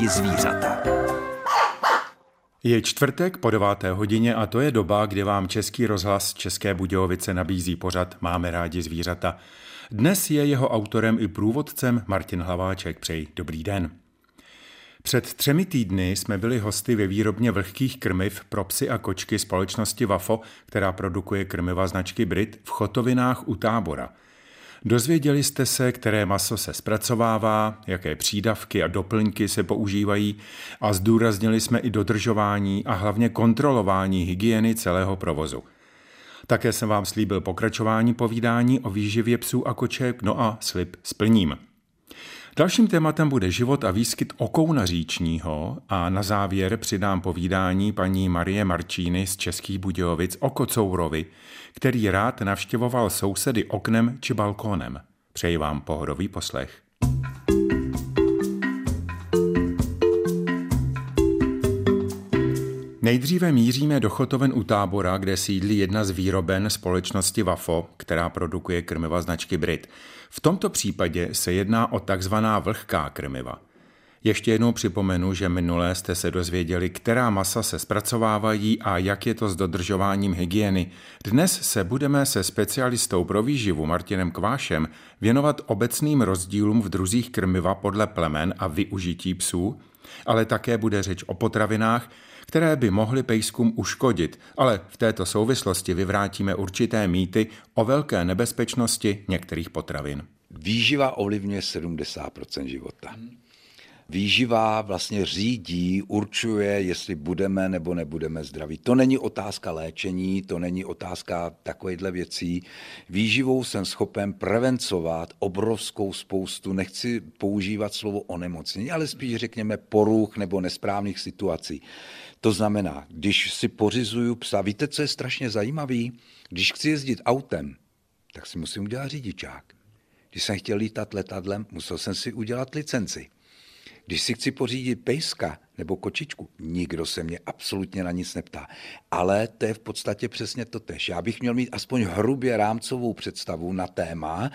rádi zvířata. Je čtvrtek po 9:00 a to je doba, kdy vám Český rozhlas České Budějovice nabízí pořad Máme rádi zvířata. Dnes je jeho autorem i průvodcem Martin Hlaváček. Přeji dobrý den. Před 3 týdny jsme byli hosty ve výrobně vlhkých krmiv pro psy a kočky společnosti Wafo, která produkuje krmiva značky Brit, v Chotovinách u Tábora. Dozvěděli jste se, které maso se zpracovává, jaké přídavky a doplňky se používají a zdůraznili jsme i dodržování a hlavně kontrolování hygieny celého provozu. Také jsem vám slíbil pokračování povídání o výživě psů a koček, no a slib splním. Dalším tématem bude život a výskyt okouna říčního a na závěr přidám povídání paní Marie Marčíny z Českých Budějovic o kocourovi, který rád navštěvoval sousedy oknem či balkónem. Přeji vám pohodový poslech. Nejdříve míříme do Chotoven u Tábora, kde sídlí jedna z výroben společnosti Wafo, která produkuje krmiva značky Brit. V tomto případě se jedná o takzvaná vlhká krmiva. Ještě jednou připomenu, že minulé jste se dozvěděli, která masa se zpracovávají a jak je to s dodržováním hygieny. Dnes se budeme se specialistou pro výživu Martinem Kvášem věnovat obecným rozdílům v druzích krmiva podle plemen a využití psů, ale také bude řeč o potravinách, které by mohly pejskům uškodit, ale v této souvislosti vyvrátíme určité mýty o velké nebezpečnosti některých potravin. Výživa ovlivňuje 70% života. Výživa vlastně řídí, určuje, jestli budeme nebo nebudeme zdraví. To není otázka léčení, to není otázka takovýchhle věcí. Výživou jsem schopen prevencovat obrovskou spoustu, nechci používat slovo onemocnění, ale spíš řekněme poruch nebo nesprávných situací. To znamená, když si pořizuju psa, víte, co je strašně zajímavý? Když chci jezdit autem, tak si musím udělat řidičák. Když jsem chtěl lítat letadlem, musel jsem si udělat licenci. Když si chci pořídit pejska nebo kočičku, nikdo se mě absolutně na nic neptá. Ale to je v podstatě přesně to též. Já bych měl mít aspoň hrubě rámcovou představu na téma,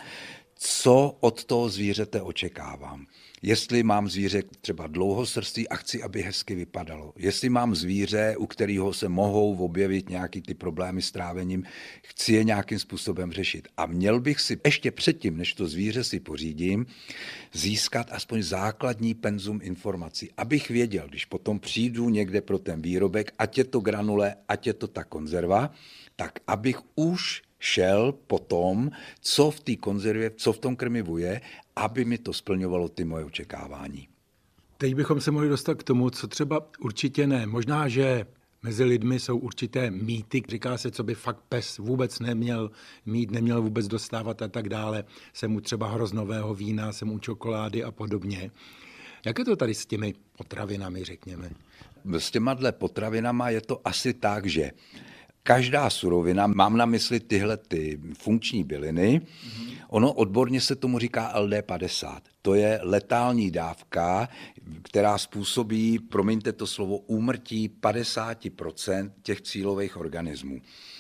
co od toho zvířete očekávám. Jestli mám zvíře třeba dlouhosrstý a chci, aby hezky vypadalo. Jestli mám zvíře, u kterého se mohou objevit nějaký ty problémy s trávením, chci je nějakým způsobem řešit. A měl bych si ještě předtím, než to zvíře si pořídím, získat aspoň základní penzum informací, abych věděl, když potom přijdu někde pro ten výrobek, ať je to granule, ať je to ta konzerva, tak abych už šel po tom, co v té konzervě, co v tom krmivu je, aby mi to splňovalo ty moje očekávání. Teď bychom se mohli dostat k tomu, co třeba určitě ne. Možná, že mezi lidmi jsou určité mýty, říká se, co by fakt pes vůbec neměl mít, neměl vůbec dostávat a tak dále. Jsem u třeba hroznového vína, jsem u čokolády a podobně. Jak je to tady s těmi potravinami, řekněme? S těma potravinama je to asi tak, že každá surovina, mám na mysli tyhle ty funkční byliny, ono odborně se tomu říká LD50. To je letální dávka, která způsobí, promiňte to slovo, úmrtí 50% těch cílových organismů.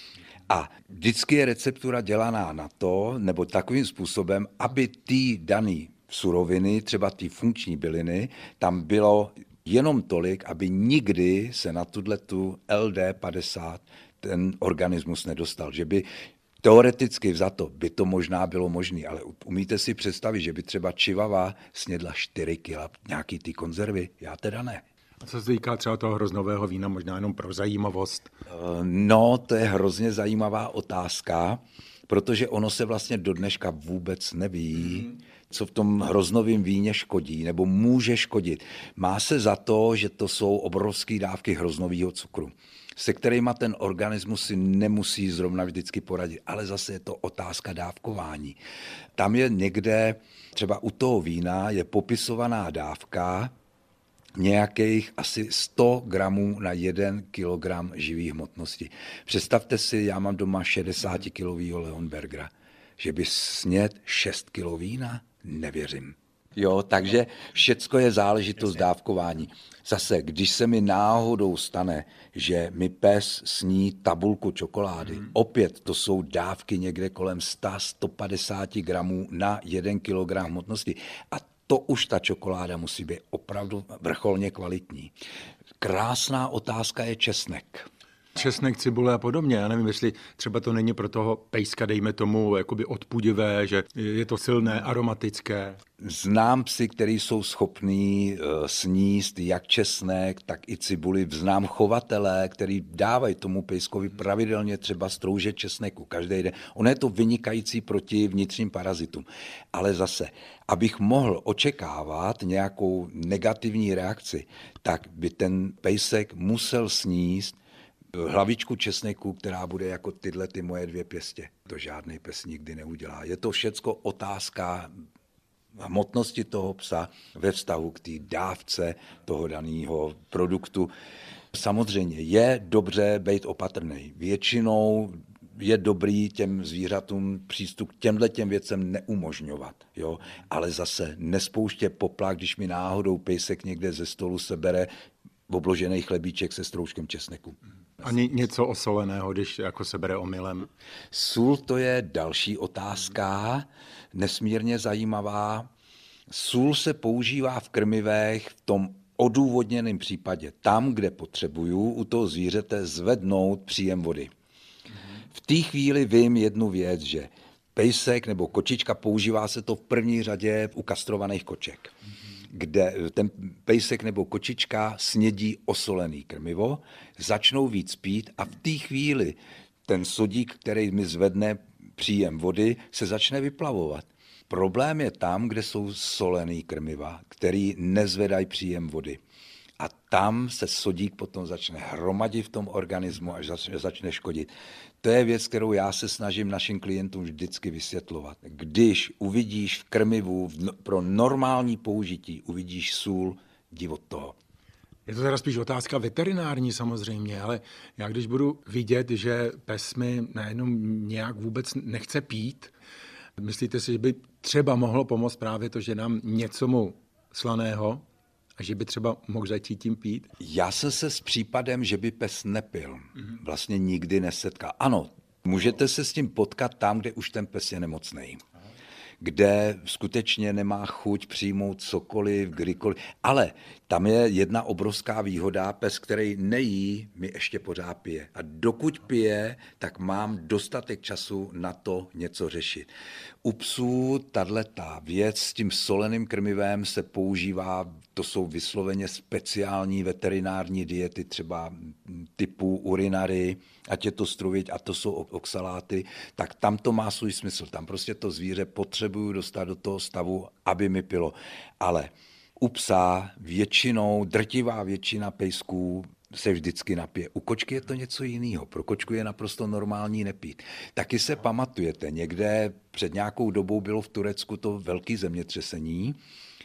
A vždycky je receptura dělaná na to, nebo takovým způsobem, aby ty dané suroviny, třeba ty funkční byliny, tam bylo jenom tolik, aby nikdy se na tu LD50 ten organismus nedostal, že by teoreticky vzato by to možná bylo možné, ale umíte si představit, že by třeba čivava snědla 4 kg nějaký ty konzervy? Já teda ne. A co se týká třeba toho hroznového vína, možná jenom pro zajímavost? No, to je hrozně zajímavá otázka, protože ono se vlastně do dneška vůbec neví, co v tom hroznovém víně škodí nebo může škodit. Má se za to, že to jsou obrovské dávky hroznového cukru, se kterýma ten organismus si nemusí zrovna vždycky poradit, ale zase je to otázka dávkování. Tam je někde, třeba u toho vína, je popisovaná dávka nějakých asi 100 gramů na 1 kilogram živý hmotnosti. Představte si, já mám doma 60-kilovýho Leonbergera, že by sněd 6 kilo vína? Nevěřím. Jo, takže všecko je záležitost dávkování. Zase, když se mi náhodou stane, že mi pes sní tabulku čokolády, opět to jsou dávky někde kolem 100-150 gramů na 1 kilogram hmotnosti. A to už ta čokoláda musí být opravdu vrcholně kvalitní. Krásná otázka je česnek. Česnek, cibule a podobně. Já nevím, jestli třeba to není pro toho pejska, dejme tomu, jakoby odpudivé, že je to silné, aromatické. Znám psy, který jsou schopní sníst jak česnek, tak i cibuli. Znám chovatele, který dávají tomu pejskovi pravidelně třeba stroužek česneku každý den. Ono je to vynikající proti vnitřním parazitům. Ale zase, abych mohl očekávat nějakou negativní reakci, tak by ten pejsek musel sníst hlavičku česneku, která bude jako tyhle ty moje 2 pěstě. To žádný pes nikdy neudělá. Je to všecko otázka hmotnosti toho psa ve vztahu k té dávce toho daného produktu. Samozřejmě je dobře být opatrný. Většinou je dobrý těm zvířatům přístup k těm věcem neumožňovat. Jo? Ale zase nespouště poplach, když mi náhodou pejsek někde ze stolu sebere obložený chlebíček se stroužkem česneku. Ani něco osoleného, když jako se bere omylem. Sůl, to je další otázka, nesmírně zajímavá. Sůl se používá v krmivech v tom odůvodněném případě, tam, kde potřebuju u toho zvířete zvednout příjem vody. V té chvíli vím jednu věc, že pejsek nebo kočička, používá se to v první řadě u kastrovaných koček, kde ten pejsek nebo kočička snědí osolený krmivo, začnou víc pít a v té chvíli ten sodík, který mi zvedne příjem vody, se začne vyplavovat. Problém je tam, kde jsou solený krmiva, který nezvedají příjem vody. A tam se sodík potom začne hromadit v tom organismu, až začne škodit. To je věc, kterou já se snažím našim klientům vždycky vysvětlovat. Když uvidíš v krmivu pro normální použití, uvidíš sůl, jdi od toho. Je to teda spíš otázka veterinární samozřejmě, ale já když budu vidět, že pes mi najednou nějak vůbec nechce pít, myslíte si, že by třeba mohlo pomoct právě to, že nám něco mu slaného a že by třeba mohl začít tím pít? Já jsem se s případem, že by pes nepil, vlastně nikdy nesetkal. Ano, můžete se s tím potkat tam, kde už ten pes je nemocnej, kde skutečně nemá chuť přijmout cokoliv, kdykoliv. Ale tam je jedna obrovská výhoda, pes, který nejí, mi ještě pořád pije. A dokud pije, tak mám dostatek času na to něco řešit. U psů tato věc s tím soleným krmivem se používá, to jsou vysloveně speciální veterinární diety, třeba typu urinary, ať je to struviť, a to jsou oxaláty, tak tam to má svůj smysl. Tam prostě to zvíře potřebuju dostat do toho stavu, aby mi pilo. Ale u psa většinou, drtivá většina pejsků se vždycky napije. U kočky je to něco jiného. Pro kočku je naprosto normální nepít. Taky se pamatujete, někde před nějakou dobou bylo v Turecku to velké zemětřesení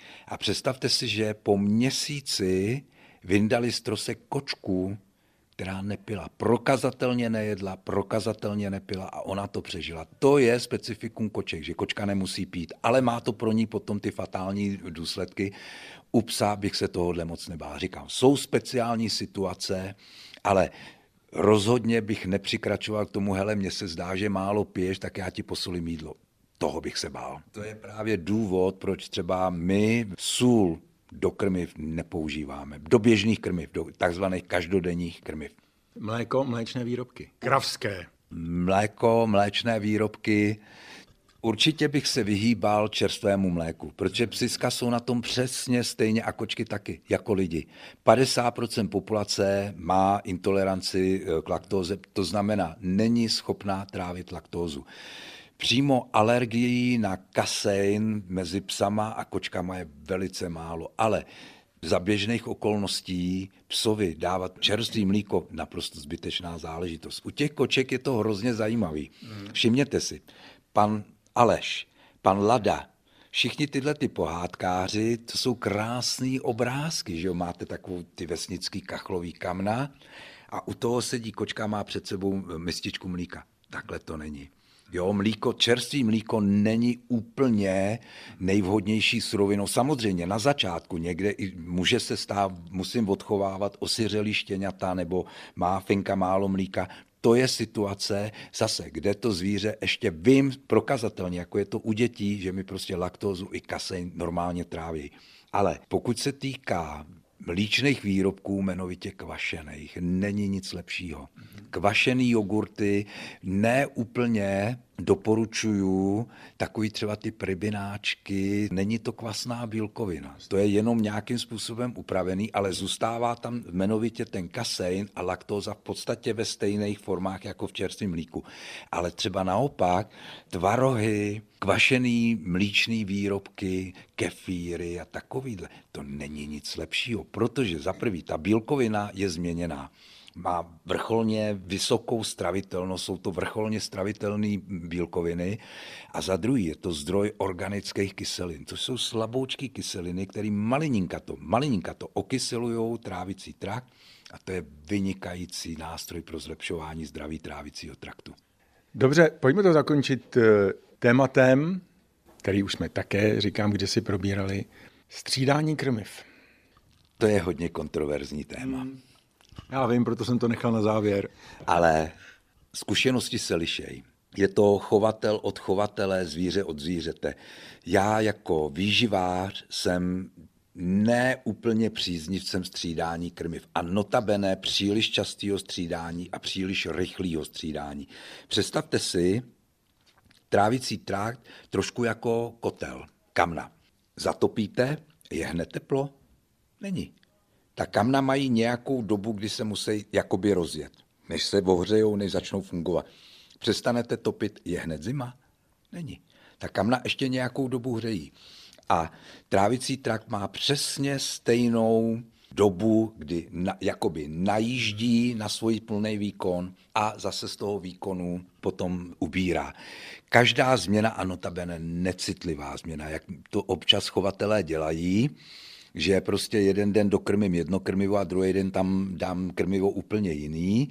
a představte si, že po měsíci vyndali z trosek kočku, která nepila. Prokazatelně nejedla, prokazatelně nepila a ona to přežila. To je specifikum koček, že kočka nemusí pít, ale má to pro ní potom ty fatální důsledky. U psa bych se tohohle moc nebál. Říkám, jsou speciální situace, ale rozhodně bych nepřikračoval k tomu, hele, mně se zdá, že málo piješ, tak já ti posolím jídlo. Toho bych se bál. To je právě důvod, proč třeba my sůl do krmiv nepoužíváme. Do běžných krmiv, do takzvaných každodenních krmiv. Mléko, mléčné výrobky. Kravské. Mléko, mléčné výrobky. Určitě bych se vyhýbal čerstvému mléku, protože psiska jsou na tom přesně stejně a kočky taky, jako lidi. 50% populace má intoleranci k laktóze, to znamená, není schopná trávit laktózu. Přímo alergií na kasein mezi psama a kočkama je velice málo, ale za běžných okolností psovi dávat čerstvý mlíko naprosto zbytečná záležitost. U těch koček je to hrozně zajímavý. Všimněte si, pan Aleš, pan Lada, všichni tyhle ty pohádkáři, to jsou krásný obrázky, že jo? Máte takovou ty vesnický kachlový kamna a u toho sedí kočka, má před sebou mističku mlíka. Takhle to není. Jo, mlíko, čerstvý mlíko není úplně nejvhodnější surovinou. Samozřejmě na začátku někde může se stát, musím odchovávat osiřelý štěňata nebo má finka málo mlíka. to je situace zase, kde to zvíře ještě vím prokazatelně, jako je to u dětí, že mi prostě laktózu i kasein normálně tráví. Ale pokud se týká mlíčných výrobků, jmenovitě kvašených, není nic lepšího. Kvašený jogurty ne úplně doporučuju, takový třeba ty rybináčky, není to kvasná bílkovina. To je jenom nějakým způsobem upravený, ale zůstává tam jmenovitě ten kasein a laktóza v podstatě ve stejných formách jako v čerstvém mlíku. Ale třeba naopak tvarohy, kvašený mlíčný výrobky, kefíry a takovýhle, to není nic lepšího, protože za prvý ta bílkovina je změněná. Má vrcholně vysokou stravitelnost, jsou to vrcholně stravitelné bílkoviny a za druhý je to zdroj organických kyselin. To jsou slaboučké kyseliny, které malinka to okyselují trávicí trakt a to je vynikající nástroj pro zlepšování zdraví trávicího traktu. Dobře, pojďme to zakončit tématem, který už jsme také, říkám, kde si probírali, střídání krmiv. To je hodně kontroverzní téma. Já vím, proto jsem to nechal na závěr. Ale zkušenosti se lišejí. Je to chovatel od chovatele, zvíře od zvířete. Já jako výživář jsem neúplně příznivcem střídání krmiv a notabene příliš častého střídání a příliš rychlého střídání. Představte si trávicí trakt trošku jako kotel, kamna. Zatopíte, je hned teplo? Není. Ta kamna mají nějakou dobu, kdy se musí jakoby rozjet, než se ohřejou, než začnou fungovat. Přestanete topit, je hned zima? Není. Ta kamna ještě nějakou dobu hřejí. A trávicí trakt má přesně stejnou dobu, kdy jakoby najíždí na svůj plný výkon a zase z toho výkonu potom ubírá. Každá změna, a notabene necitlivá změna, jak to občas chovatelé dělají, že prostě jeden den dokrmím jedno krmivo a druhý den tam dám krmivo úplně jiný,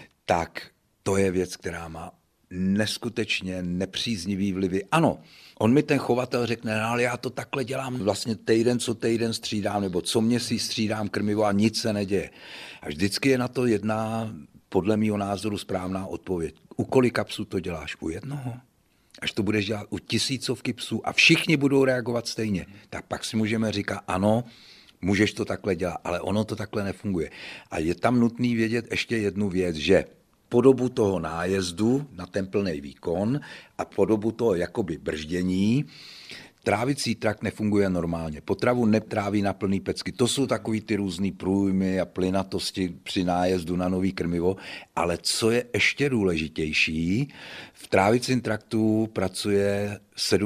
tak to je věc, která má neskutečně nepříznivý vlivy. Ano, on mi ten chovatel řekne, no, ale já to takhle dělám vlastně týden co týden střídám, nebo co měsíc střídám krmivo a nic se neděje. A vždycky je na to jedna, podle mýho názoru, správná odpověď. U kolika psů to děláš? U jednoho? Až to budeš dělat u tisícovky psů a všichni budou reagovat stejně, tak pak si můžeme říkat, ano, můžeš to takhle dělat, ale ono to takhle nefunguje. A je tam nutný vědět ještě jednu věc, že po dobu toho nájezdu na ten plný výkon a po dobu toho jakoby brždění trávicí trakt nefunguje normálně. Potravu netráví na plný pecky. To jsou takový ty různý průjmy a plynatosti při nájezdu na nový krmivo, ale co je ještě důležitější, v trávicím traktu pracuje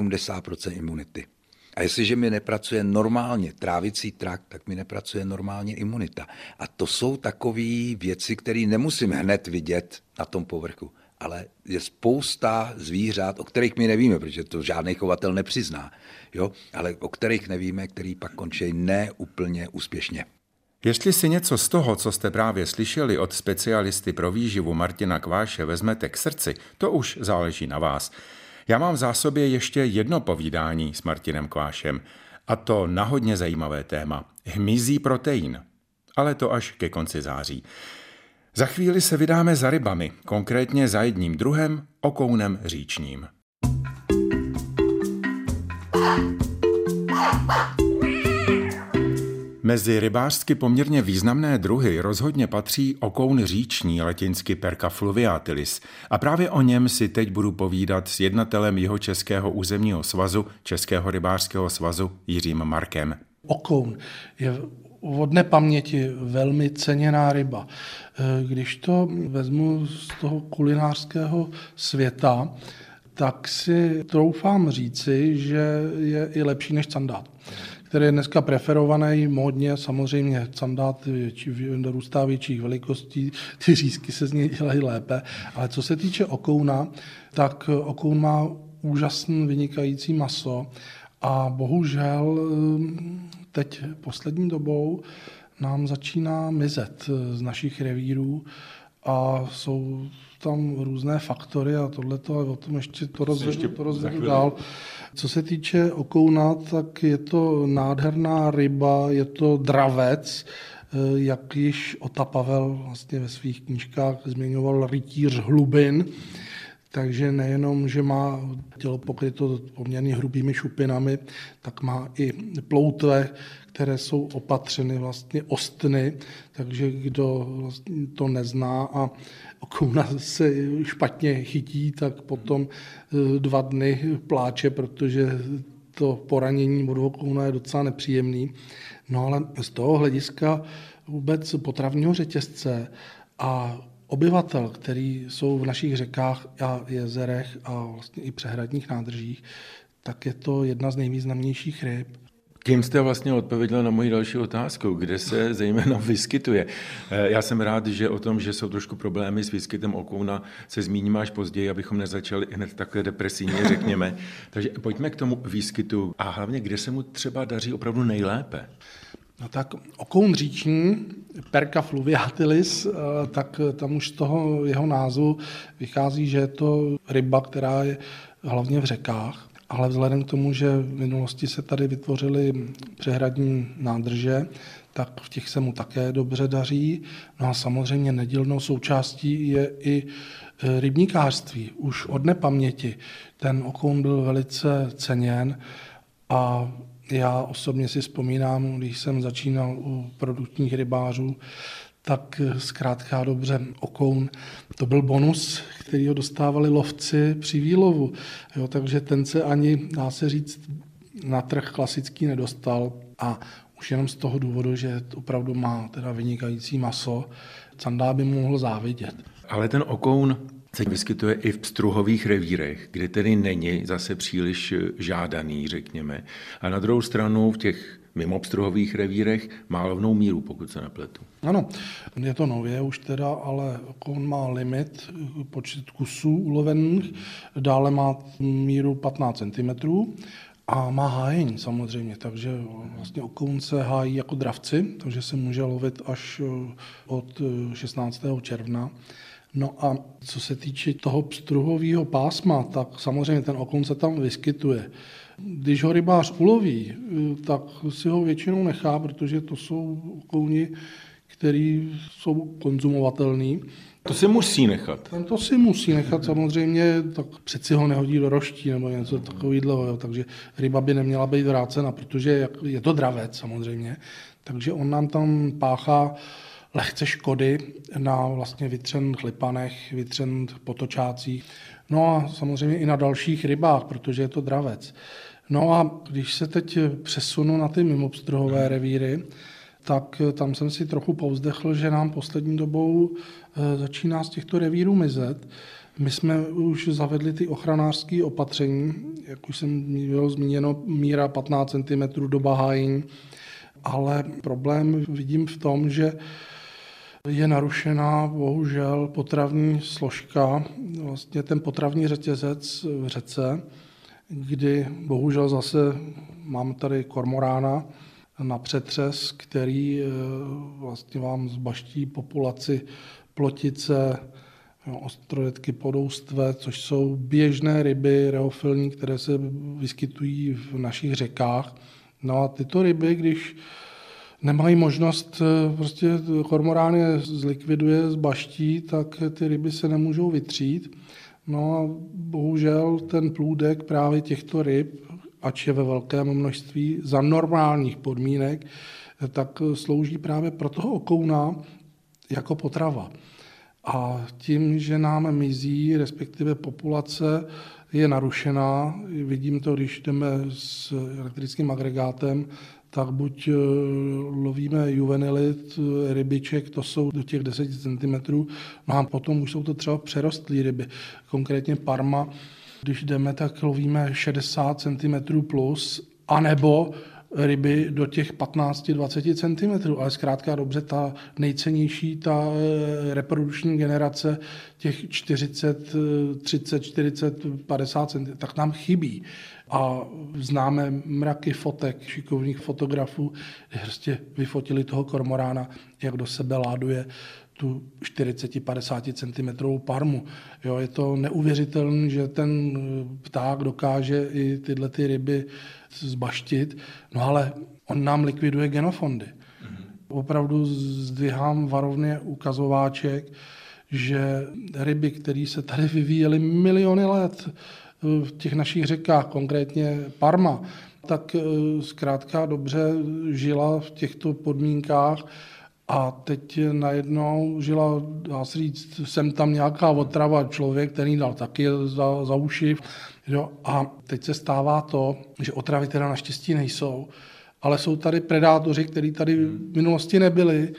70% imunity. A jestliže mi nepracuje normálně trávicí trakt, tak mi nepracuje normálně imunita. A to jsou takové věci, které nemusím hned vidět na tom povrchu. Ale je spousta zvířat, o kterých my nevíme, protože to žádný chovatel nepřizná, jo? Ale o kterých nevíme, který pak končí neúplně úspěšně. Jestli si něco z toho, co jste právě slyšeli od specialisty pro výživu Martina Kváše, vezmete k srdci, to už záleží na vás. Já mám v zásobě ještě jedno povídání s Martinem Kvášem, a to na hodně zajímavé téma. Hmyzí protein. Ale to až ke konci září. Za chvíli se vydáme za rybami, konkrétně za jedním druhem, okounem říčním. Mezi rybářsky poměrně významné druhy rozhodně patří okoun říční, latinsky Perca fluviatilis. A právě o něm si teď budu povídat s jednatelem Jihočeského územního svazu, Českého rybářského svazu Jiřím Markem. Okoun je od nepaměti velmi ceněná ryba. Když to vezmu z toho kulinářského světa, tak si troufám říci, že je i lepší než candát, který je dneska preferovaný módně. Samozřejmě candát dorůstá větších velikostí, ty řízky se z něj dělají lépe, ale co se týče okouna, tak okoun má úžasný vynikající maso a bohužel teď poslední dobou nám začíná mizet z našich revírů a jsou tam různé faktory a tohleto, a o tom ještě to rozvedu dál. Co se týče okouna, tak je to nádherná ryba, je to dravec, jak již Ota Pavel vlastně ve svých knížkách zmiňoval rytíř hlubin, takže nejenom, že má tělo pokryto poměrně hrubými šupinami, tak má i ploutve, které jsou opatřeny vlastně ostny, takže kdo vlastně to nezná a okouna se špatně chytí, tak potom 2 dny pláče, protože to poranění od okouna je docela nepříjemný. No ale z toho hlediska vůbec potravního řetězce a obyvatel, který jsou v našich řekách a jezerech a vlastně i přehradních nádržích, tak je to jedna z nejvýznamnějších ryb. Tím jste vlastně odpověděl na moji další otázku, kde se zejména vyskytuje. Já jsem rád, že o tom, že jsou trošku problémy s výskytem okouna, se zmíníme až později, abychom nezačali hned takhle depresivně, řekněme. Takže pojďme k tomu výskytu a hlavně, kde se mu třeba daří opravdu nejlépe. No tak okoun říční, Perca fluviatilis, tak tam už z toho jeho názvu vychází, že je to ryba, která je hlavně v řekách, ale vzhledem k tomu, že v minulosti se tady vytvořily přehradní nádrže, tak v těch se mu také dobře daří. No a samozřejmě nedílnou součástí je i rybníkářství. Už od nepaměti ten okoun byl velice ceněn a já osobně si vzpomínám, když jsem začínal u produktních rybářů, tak zkrátka dobře okoun, to byl bonus, který ho dostávali lovci při výlovu. Jo, takže ten se ani, dá se říct, na trh klasický nedostal a už jenom z toho důvodu, že opravdu má teda vynikající maso, Candá by mu mohl závidět. Ale ten okoun se vyskytuje i v pstruhových revírech, kde tedy není zase příliš žádaný, řekněme. A na druhou stranu v těch mimo pstruhových revírech má lovnou míru, pokud se nepletu. Ano, je to nově už teda, ale okoun má limit, počet kusů ulovených, dále má míru 15 cm a má hájení samozřejmě, takže vlastně okoun se hájí jako dravci, takže se může lovit až od 16. června. No a co se týče toho pstruhového pásma, tak samozřejmě ten okoun se tam vyskytuje. Když ho rybář uloví, tak si ho většinou nechá, protože to jsou okouni, které jsou konzumovatelný. To se musí nechat. To si musí nechat samozřejmě, tak přeci ho nehodí do roští nebo něco takového, takže ryba by neměla být vrácena, protože je to dravec samozřejmě, takže on nám tam páchá lehce škody na vlastně vytřených lipanech, vytřených potočácích, no a samozřejmě i na dalších rybách, protože je to dravec. No a když se teď přesunu na ty mimopstruhové revíry, tak tam jsem si trochu povzdechl, že nám poslední dobou začíná z těchto revírů mizet. My jsme už zavedli ty ochranářské opatření, jak už jsem bylo zmíněno, míra 15 cm doba hájení, ale problém vidím v tom, že je narušená bohužel potravní složka, vlastně ten potravní řetězec v řece, kdy bohužel zase mám tady kormorána na přetřes, který vlastně vám zbaští populaci plotice, ostrodetky podoustve, což jsou běžné ryby reofilní, které se vyskytují v našich řekách. No a tyto ryby, když nemají možnost, prostě kormorán je zlikviduje, zbaští, tak ty ryby se nemůžou vytřít. No a bohužel ten plůdek právě těchto ryb, ač je ve velkém množství za normálních podmínek, tak slouží právě pro toho okouna jako potrava. A tím, že nám mizí, respektive populace je narušená, vidím to, když jdeme s elektrickým agregátem, tak buď lovíme juvenilit, rybiček, to jsou do těch 10 cm, no a potom už jsou to třeba přerostlé ryby, konkrétně parma, když jdeme, tak lovíme 60 cm plus, anebo ryby do těch 15-20 cm, ale zkrátka dobře, ta nejcennější, ta reprodukční generace, těch 40, 30, 40, 50 cm, tak nám chybí. A známe mraky fotek, šikovných fotografů, prostě vyfotili toho kormorána, jak do sebe láduje tu 40-50 cm parmu. Jo, je to neuvěřitelné, že ten pták dokáže i tyhle ty ryby zbaštit, no ale on nám likviduje genofondy. Opravdu zdvihám varovně ukazováček, že ryby, které se tady vyvíjely miliony let v těch našich řekách, konkrétně Parma, tak zkrátka dobře žila v těchto podmínkách a teď najednou žila, dá se říct, sem tam nějaká otrava, člověk, který dal taky za uši. Jo, a teď se stává to, že otravy teda naštěstí nejsou, ale jsou tady predátoři, kteří tady v minulosti nebyli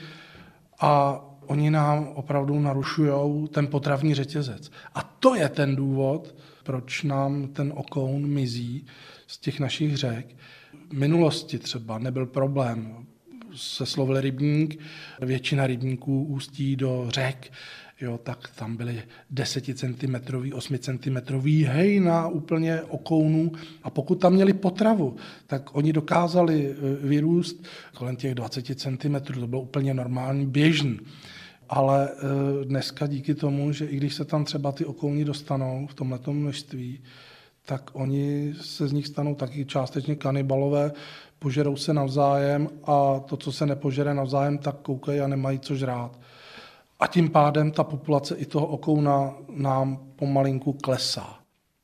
a oni nám opravdu narušují ten potravní řetězec. A to je ten důvod, proč nám ten okoun mizí z těch našich řek. V minulosti třeba nebyl problém, se slovil rybník, většina rybníků ústí do řek, jo, tak tam byly 10 cm, 8 cm hejna úplně okounů a pokud tam měli potravu, tak oni dokázali vyrůst kolem těch 20 cm, to bylo úplně normální, běžný. Ale dneska díky tomu, že i když se tam třeba ty okouny dostanou v tomhletom množství, tak oni se z nich stanou taky částečně kanibalové, požerou se navzájem a to, co se nepožere navzájem, tak koukají a nemají co žrát. A tím pádem ta populace i toho okouna nám pomalinku klesá.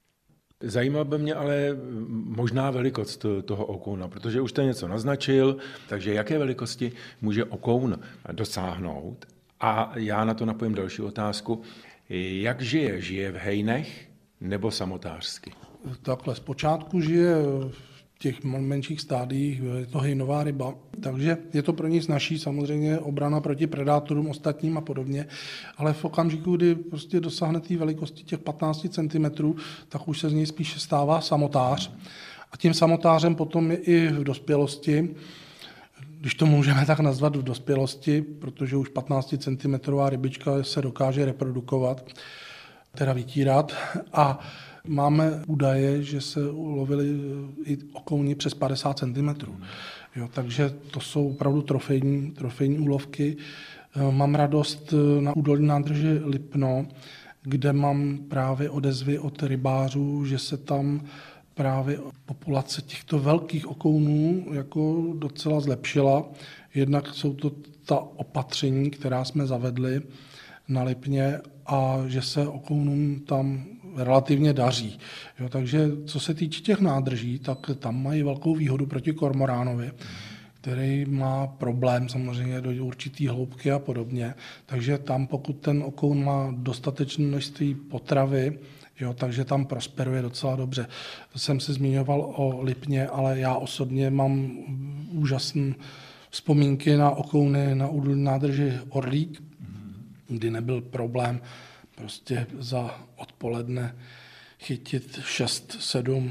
Zajímá by mě ale možná velikost toho okouna, protože už jste něco naznačil, takže jaké velikosti může okoun dosáhnout? A já na to napojím další otázku. Jak žije? Žije v hejnech nebo samotářsky? Takhle, zpočátku žije v těch menších stádiích, je to hejnová ryba, takže je to pro ní snazší samozřejmě obrana proti predátorům ostatním a podobně, ale v okamžiku, kdy prostě dosáhne té velikosti těch 15 cm, tak už se z něj spíše stává samotář. A tím samotářem potom je i v dospělosti, když to můžeme tak nazvat v dospělosti, protože už 15 cm rybička se dokáže reprodukovat, teda vytírat a máme údaje, že se ulovili i okouni přes 50 cm. Jo, takže to jsou opravdu trofejní úlovky. Mám radost na údolní nádrži Lipno, kde mám právě odezvy od rybářů, že se tam právě populace těchto velkých okounů jako docela zlepšila. Jednak jsou to ta opatření, která jsme zavedli na Lipně a že se okounům tam relativně daří. Jo, takže co se týče těch nádrží, tak tam mají velkou výhodu proti kormoránovi, který má problém samozřejmě do určitý hloubky a podobně. Takže tam, pokud ten okoun má dostatečné množství potravy, jo, takže tam prosperuje docela dobře. Jsem se zmiňoval o Lipně, ale já osobně mám úžasné vzpomínky na okouny na údolní nádrži Orlík, kdy nebyl problém prostě za odpoledne chytit 6-7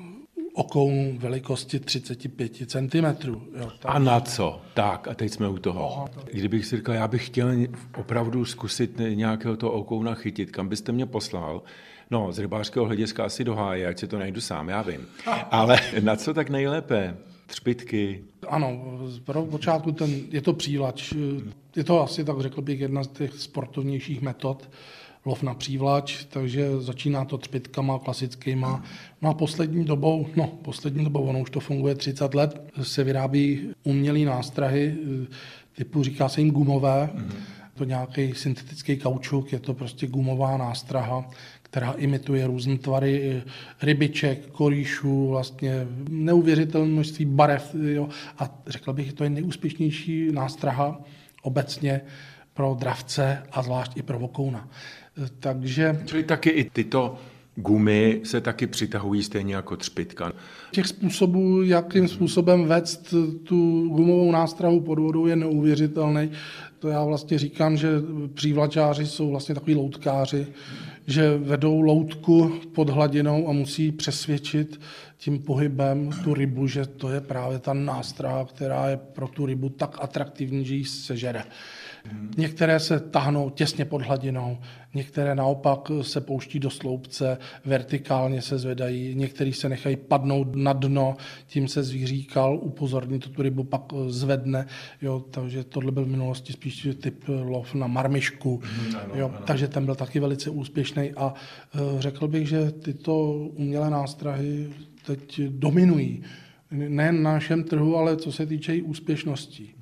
okounů velikosti 35 cm. Jo, a na co? Tak, a teď jsme u toho. Kdybych si říkal, já bych chtěl opravdu zkusit nějakého toho okouna chytit, kam byste mě poslal? No, z rybářského hlediska asi do háje, ať si to najdu sám, já vím. Ale na co tak nejlépe? Třpytky? Ano, z počátku je to přívlač. Je to asi, tak řekl bych, jedna z těch sportovnějších metod, lov na přívlač, takže začíná to třpytkama klasickýma. No a poslední dobou, ono už to funguje 30 let, se vyrábí umělý nástrahy, typu říká se jim gumové, to nějaký syntetický kaučuk, je to prostě gumová nástraha, která imituje různé tvary rybiček, korýšů, vlastně neuvěřitelné množství barev. Jo. A řekl bych, že to je nejúspěšnější nástraha obecně pro dravce a zvlášť i pro okouna. Takže... Čili taky i tyto gumy se taky přitahují stejně jako třpytka. Těch způsobů, jakým způsobem vést tu gumovou nástrahu pod vodou, je neuvěřitelný. To já vlastně říkám, že přívlačáři jsou vlastně takový loutkáři, že vedou loutku pod hladinou a musí přesvědčit tím pohybem tu rybu, že to je právě ta nástraha, která je pro tu rybu tak atraktivní, že ji sežere. Některé se tahnou těsně pod hladinou, některé naopak se pouští do sloupce, vertikálně se zvedají, některý se nechají padnout na dno, tím se zvíříkal, upozorní to tu rybu, pak zvedne. Jo, takže tohle byl v minulosti spíš typ lov na marmišku. Jo, takže ten byl taky velice úspěšný a řekl bych, že tyto umělé nástrahy teď dominují. Nejen na našem trhu, ale co se týče i úspěšností.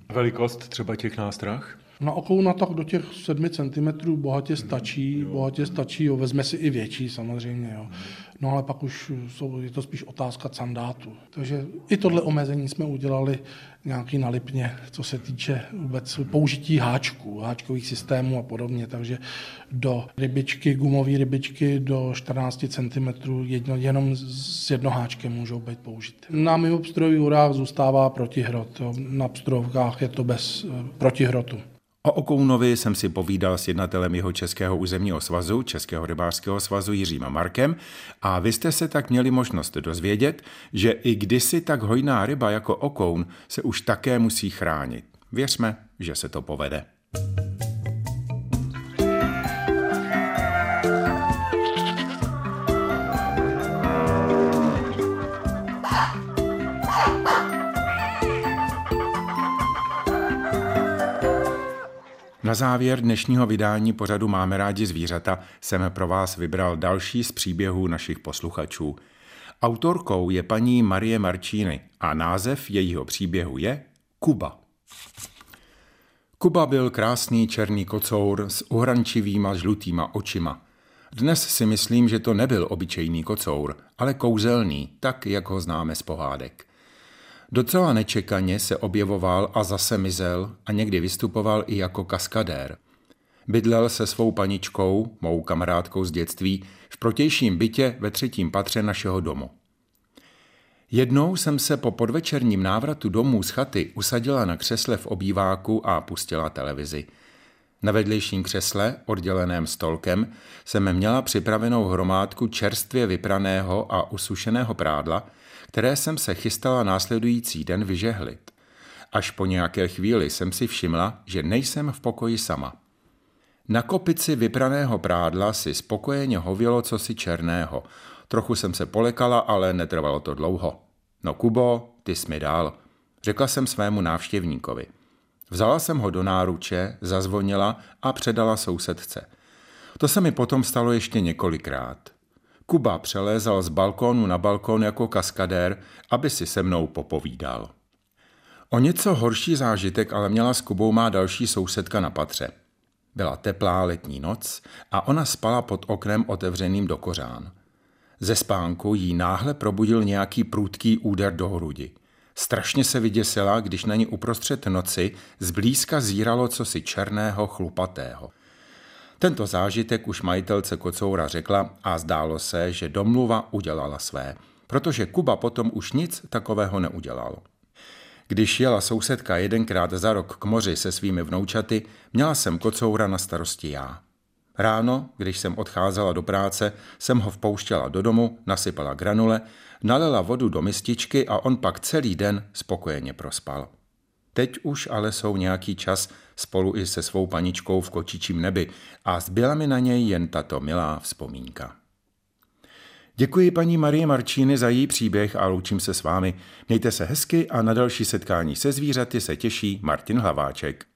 Velikost třeba těch nástrah? Na okouna tak do těch 7 cm bohatě stačí, jo. Vezme si i větší samozřejmě. Jo. No ale pak už je to spíš otázka candátu. Takže i tohle omezení jsme udělali nějaký na Lipně, co se týče vůbec použití háčkových systémů a podobně. Takže do rybičky, gumové rybičky do 14 cm jenom s jednoháčkem můžou být použity. Na mimoobstrojových vodách zůstává protihrot. Jo. Na pstrovkách je to bez protihrotu. O okounovi jsem si povídal s jednatelem jeho Českého územního svazu, Českého rybářského svazu Jiřím Markem, a vy jste se tak měli možnost dozvědět, že i kdysi tak hojná ryba jako okoun se už také musí chránit. Věřme, že se to povede. Na závěr dnešního vydání pořadu Máme rádi zvířata jsem pro vás vybral další z příběhů našich posluchačů. Autorkou je paní Marie Marčíny a název jejího příběhu je Kuba. Kuba byl krásný černý kocour s uhrančivýma žlutýma očima. Dnes si myslím, že to nebyl obyčejný kocour, ale kouzelný, tak jak ho známe z pohádek. Docela nečekaně se objevoval a zase mizel a někdy vystupoval i jako kaskadér. Bydlel se svou paničkou, mou kamarádkou z dětství, v protějším bytě ve 3. patře našeho domu. Jednou jsem se po podvečerním návratu domů z chaty usadila na křesle v obýváku a pustila televizi. Na vedlejším křesle, odděleném stolkem, jsem měla připravenou hromádku čerstvě vypraného a usušeného prádla, které jsem se chystala následující den vyžehlit. Až po nějaké chvíli jsem si všimla, že nejsem v pokoji sama. Na kopici vypraného prádla si spokojeně hovělo cosi černého. Trochu jsem se polekala, ale netrvalo to dlouho. No Kubo, ty jsi mi dal, řekla jsem svému návštěvníkovi. Vzala jsem ho do náruče, zazvonila a předala sousedce. To se mi potom stalo ještě několikrát. Kuba přelézal z balkónu na balkón jako kaskadér, aby si se mnou popovídal. O něco horší zážitek ale měla s Kubou má další sousedka na patře. Byla teplá letní noc a ona spala pod oknem otevřeným do kořán. Ze spánku jí náhle probudil nějaký prudký úder do hrudi. Strašně se vyděsila, když na ní uprostřed noci zblízka zíralo cosi černého, chlupatého. Tento zážitek už majitelce kocoura řekla a zdálo se, že domluva udělala své, protože Kuba potom už nic takového neudělal. Když jela sousedka 1krát za rok k moři se svými vnoučaty, měla jsem kocoura na starosti já. Ráno, když jsem odcházela do práce, jsem ho vpouštěla do domu, nasypala granule, nalela vodu do mističky a on pak celý den spokojeně prospal. Teď už ale jsou nějaký čas spolu i se svou paničkou v kočičím nebi a zbyla mi na něj jen tato milá vzpomínka. Děkuji paní Marii Marčíny za její příběh a loučím se s vámi. Mějte se hezky a na další setkání se zvířaty se těší Martin Hlaváček.